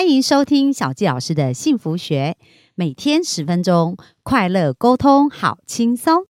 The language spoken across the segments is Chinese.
欢迎收听小纪老师的幸福学，每天10分钟，快乐沟通好轻松。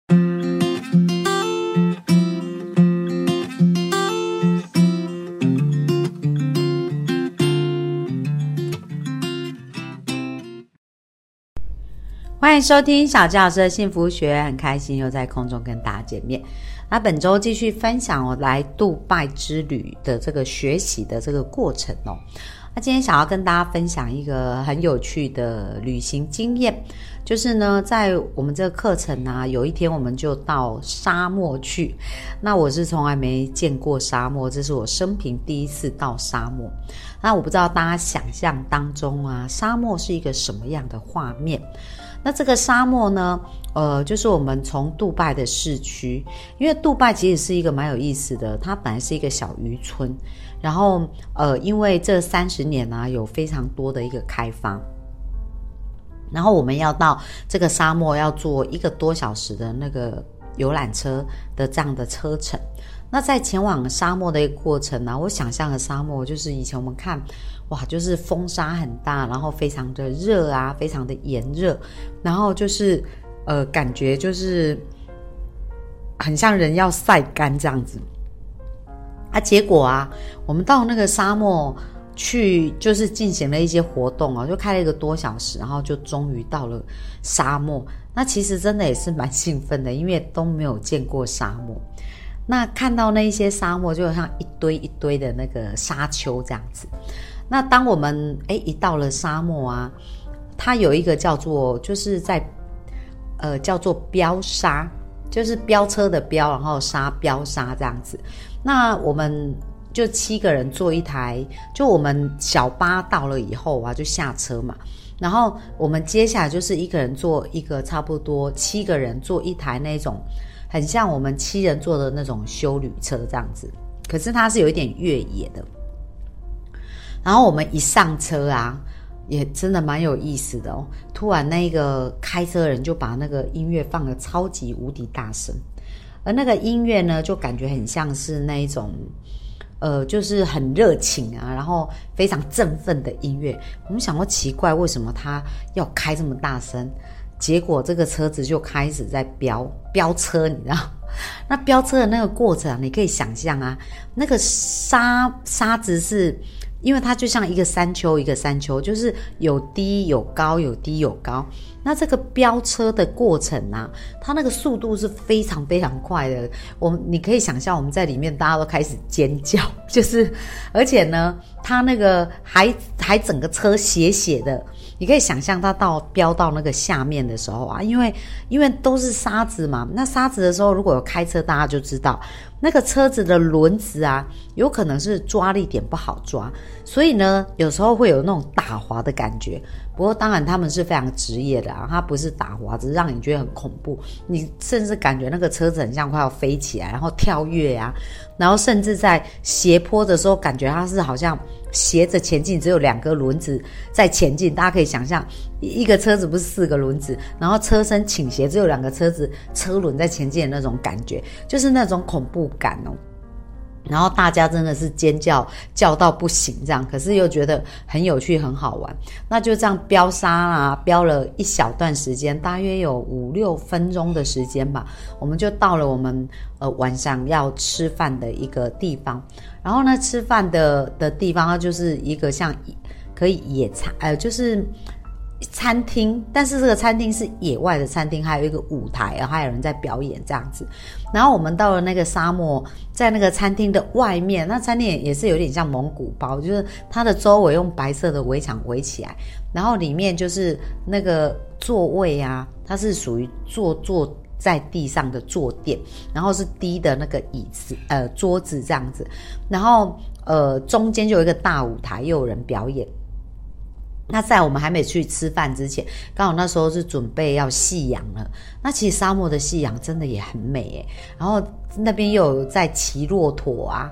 欢迎收听小纪老师的幸福学，很开心又在空中跟大家见面。那本周继续分享我来杜拜之旅的这个学习的这个过程哦。那今天想要跟大家分享一个很有趣的旅行经验，就是呢，在我们这个课程啊，有一天我们就到沙漠去。那我是从来没见过沙漠，这是我生平第一次到沙漠。那我不知道大家想象当中啊，沙漠是一个什么样的画面？那这个沙漠呢，就是我们从杜拜的市区，因为杜拜其实是一个蛮有意思的，它本来是一个小渔村，然后因为这30年啊，有非常多的一个开发，然后我们要到这个沙漠要坐1个多小时的那个游览车的这样的车程。那在前往沙漠的一个过程呢，我想象的沙漠就是以前我们看，哇，就是风沙很大，然后非常的热啊，非常的炎热，然后就是感觉就是很像人要晒干这样子。结果啊，我们到那个沙漠去，就是进行了一些活动啊，就开了1个多小时，然后就终于到了沙漠。那其实真的也是蛮兴奋的，因为都没有见过沙漠。那看到那一些沙漠，就像一堆一堆的那个沙丘这样子。那当我们一到了沙漠啊，它有一个叫做就是在叫做飙沙，就是飙车的飙，然后飙沙这样子。那我们就7个人坐一台，就我们小巴到了以后啊，就下车嘛。然后我们接下来就是1个人坐一个，差不多7个人坐一台那种很像我们7人坐的那种休旅车这样子，可是它是有一点越野的。然后我们一上车啊，也真的蛮有意思的哦。突然那个开车人就把那个音乐放得超级无敌大声，而那个音乐呢，就感觉很像是那一种就是很热情啊，然后非常振奋的音乐。我们想过奇怪，为什么他要开这么大声？结果这个车子就开始在飙车，你知道？那飙车的那个过程啊，你可以想象啊，那个沙子是，因为它就像一个山丘一个山丘，就是有低有高，有低有高。那这个飙车的过程啊，它那个速度是非常非常快的。你可以想象我们在里面大家都开始尖叫，就是而且呢，它那个还整个车斜斜的。你可以想象它飙到那个下面的时候啊，因为都是沙子嘛，那沙子的时候如果有开车，大家就知道那个车子的轮子啊，有可能是抓力点不好抓，所以呢，有时候会有那种打滑的感觉。不过当然他们是非常职业的啊，它不是打滑，只是让你觉得很恐怖，你甚至感觉那个车子很像快要飞起来，然后跳跃啊，然后甚至在斜坡的时候，感觉它是好像斜着前进，只有2个轮子在前进。大家可以想象，一个车子不是4个轮子，然后车身倾斜，只有2个车轮在前进的那种感觉，就是那种恐怖感哦。然后大家真的是尖叫到不行这样，可是又觉得很有趣很好玩。那就这样飙沙啊，飙了一小段时间，大约有5-6分钟的时间吧，我们就到了我们晚上要吃饭的一个地方。然后呢，吃饭的地方它就是一个像可以野餐就是餐厅，但是这个餐厅是野外的餐厅，还有一个舞台，然后还有人在表演这样子。然后我们到了那个沙漠，在那个餐厅的外面，那餐厅也是有点像蒙古包，就是它的周围用白色的围墙围起来，然后里面就是那个座位啊，它是属于坐在地上的坐垫，然后是低的那个椅子桌子这样子，然后中间就有一个大舞台，又有人表演。那在我们还没去吃饭之前，刚好那时候是准备要夕阳了。那其实沙漠的夕阳真的也很美耶，然后那边又有在骑骆驼啊，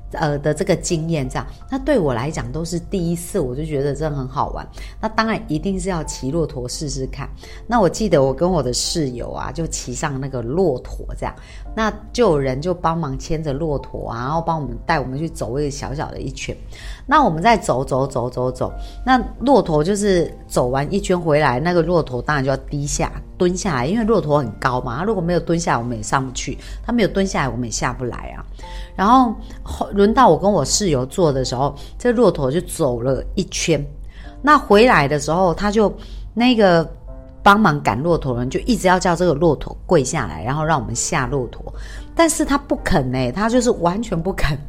的这个经验这样，那对我来讲都是第一次，我就觉得真的很好玩。那当然一定是要骑骆驼试试看。那我记得我跟我的室友啊，就骑上那个骆驼这样，那就有人就帮忙牵着骆驼啊，然后帮我们带我们去走一个小小的一圈。那我们再走，那骆驼就是走完一圈回来，那个骆驼当然就要蹲下来，因为骆驼很高嘛，它如果没有蹲下来我们也上不去，它没有蹲下来我们也下不来啊。然后轮到我跟我室友坐的时候，这骆驼就走了一圈，那回来的时候他就那个帮忙赶骆驼的人就一直要叫这个骆驼跪下来，然后让我们下骆驼，但是他不肯他就是完全不肯，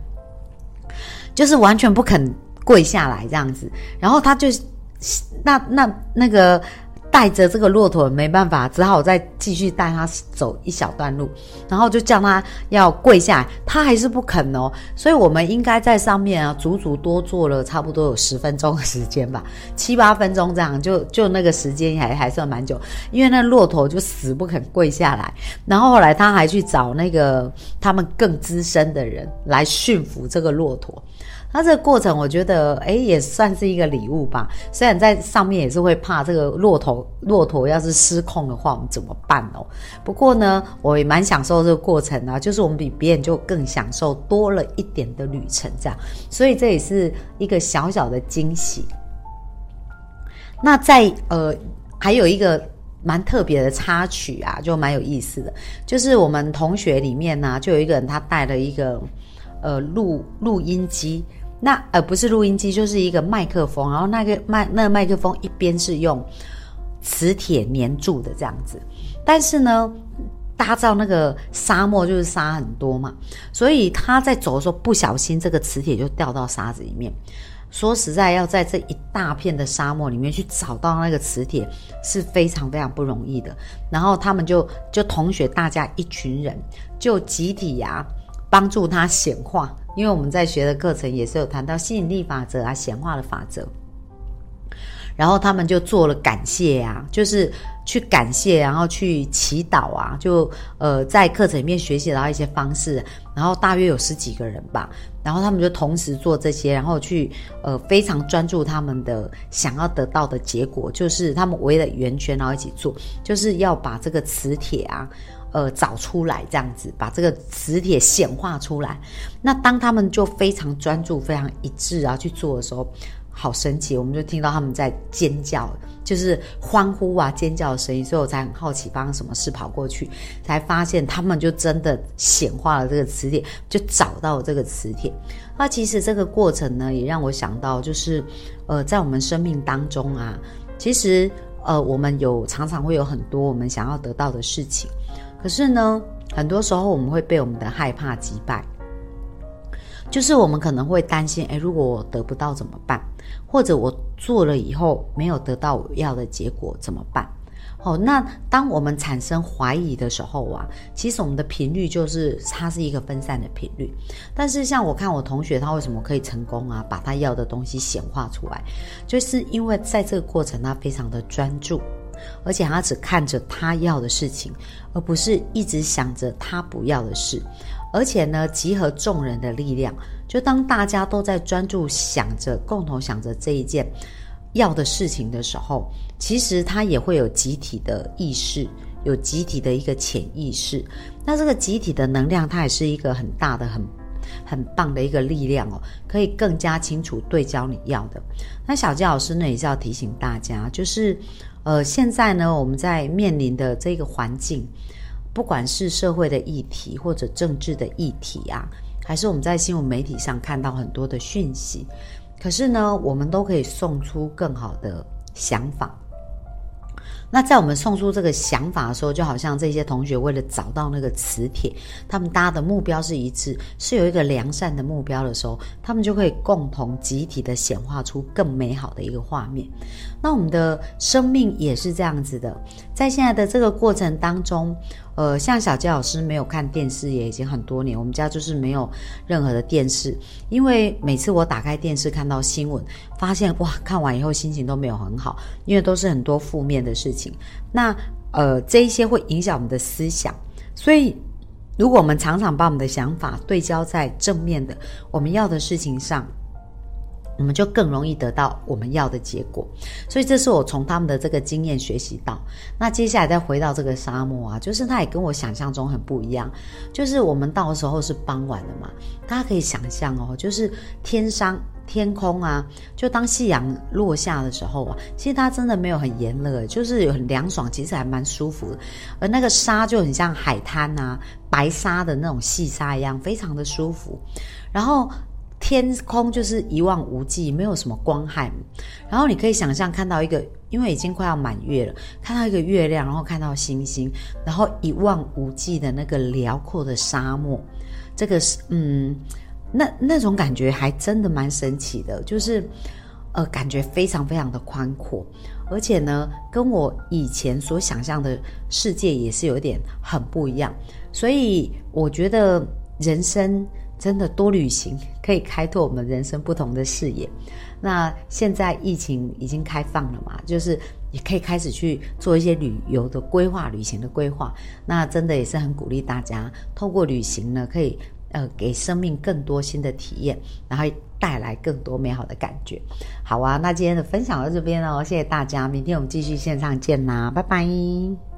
跪下来这样子。然后他就那个带着这个骆驼没办法，只好再继续带他走一小段路，然后就叫他要跪下来，他还是不肯哦。所以我们应该在上面啊足足多坐了差不多有10分钟的时间吧，7、8分钟这样，就那个时间还算蛮久，因为那骆驼就死不肯跪下来。然后后来他还去找那个他们更资深的人来驯服这个骆驼。那这个过程我觉得也算是一个礼物吧，虽然在上面也是会怕这个骆驼要是失控的话我们怎么办哦。不过呢我也蛮享受这个过程啊，就是我们比别人就更享受多了一点的旅程这样，所以这也是一个小小的惊喜。那在还有一个蛮特别的插曲啊，就蛮有意思的，就是我们同学里面呢就有一个人他带了一个录音机，那不是录音机，就是一个麦克风，然后那个麦克风一边是用磁铁粘住的这样子，但是呢大家知道那个沙漠就是沙很多嘛，所以他在走的时候不小心这个磁铁就掉到沙子里面。说实在要在这一大片的沙漠里面去找到那个磁铁是非常非常不容易的。然后他们就同学大家一群人就集体帮助他显化，因为我们在学的课程也是有谈到吸引力法则啊，显化的法则。然后他们就做了感谢就是去感谢，然后去祈祷就在课程里面学习到一些方式，然后大约有10几个人吧，然后他们就同时做这些，然后去非常专注他们的想要得到的结果，就是他们围了圆圈然后一起做，就是要把这个磁铁找出来，这样子把这个磁铁显化出来。那当他们就非常专注非常一致去做的时候，好神奇，我们就听到他们在尖叫，就是欢呼尖叫的声音，所以我才很好奇发生什么事，跑过去才发现他们就真的显化了这个磁铁，就找到了这个磁铁。那其实这个过程呢也让我想到，就是在我们生命当中其实我们常常会有很多我们想要得到的事情，可是呢很多时候我们会被我们的害怕击败，就是我们可能会担心如果我得不到怎么办，或者我做了以后没有得到我要的结果怎么办。那当我们产生怀疑的时候其实我们的频率它是一个分散的频率。但是像我看我同学他为什么可以成功把他要的东西显化出来，就是因为在这个过程他非常的专注，而且他只看着他要的事情，而不是一直想着他不要的事。而且呢集合众人的力量，就当大家都在专注共同想着这一件要的事情的时候，其实它也会有集体的意识，有集体的一个潜意识。那这个集体的能量它也是一个很大的很棒的一个力量可以更加清楚对焦你要的。那小纪老师呢也是要提醒大家，就是现在呢我们在面临的这个环境，不管是社会的议题或者政治的议题还是我们在新闻媒体上看到很多的讯息，可是呢我们都可以送出更好的想法。那在我们送出这个想法的时候，就好像这些同学为了找到那个磁铁，他们大家的目标是一致，是有一个良善的目标的时候，他们就可以共同集体的显化出更美好的一个画面。那我们的生命也是这样子的，在现在的这个过程当中像小纪老师没有看电视也已经很多年，我们家就是没有任何的电视，因为每次我打开电视看到新闻，发现看完以后心情都没有很好，因为都是很多负面的事情。那这一些会影响我们的思想，所以如果我们常常把我们的想法对焦在正面的我们要的事情上，我们就更容易得到我们要的结果。所以这是我从他们的这个经验学习到。那接下来再回到这个沙漠啊，就是它也跟我想象中很不一样。就是我们到的时候是傍晚的嘛，大家可以想象哦，就是天空啊，就当夕阳落下的时候啊，其实它真的没有很炎热，就是有很凉爽，其实还蛮舒服的。而那个沙就很像海滩啊，白沙的那种细沙一样，非常的舒服。然后天空就是一望无际，没有什么光害。然后你可以想象看到一个，因为已经快要满月了，看到一个月亮，然后看到星星，然后一望无际的那个辽阔的沙漠，这个是那种感觉还真的蛮神奇的，就是感觉非常非常的宽阔，而且呢跟我以前所想象的世界也是有一点很不一样。所以我觉得人生真的多旅行可以开拓我们人生不同的视野。那现在疫情已经开放了嘛，就是也可以开始去做一些旅游的规划，旅行的规划。那真的也是很鼓励大家透过旅行呢，可以给生命更多新的体验，然后带来更多美好的感觉。好啊，那今天的分享到这边哦，谢谢大家，明天我们继续线上见啦，拜拜。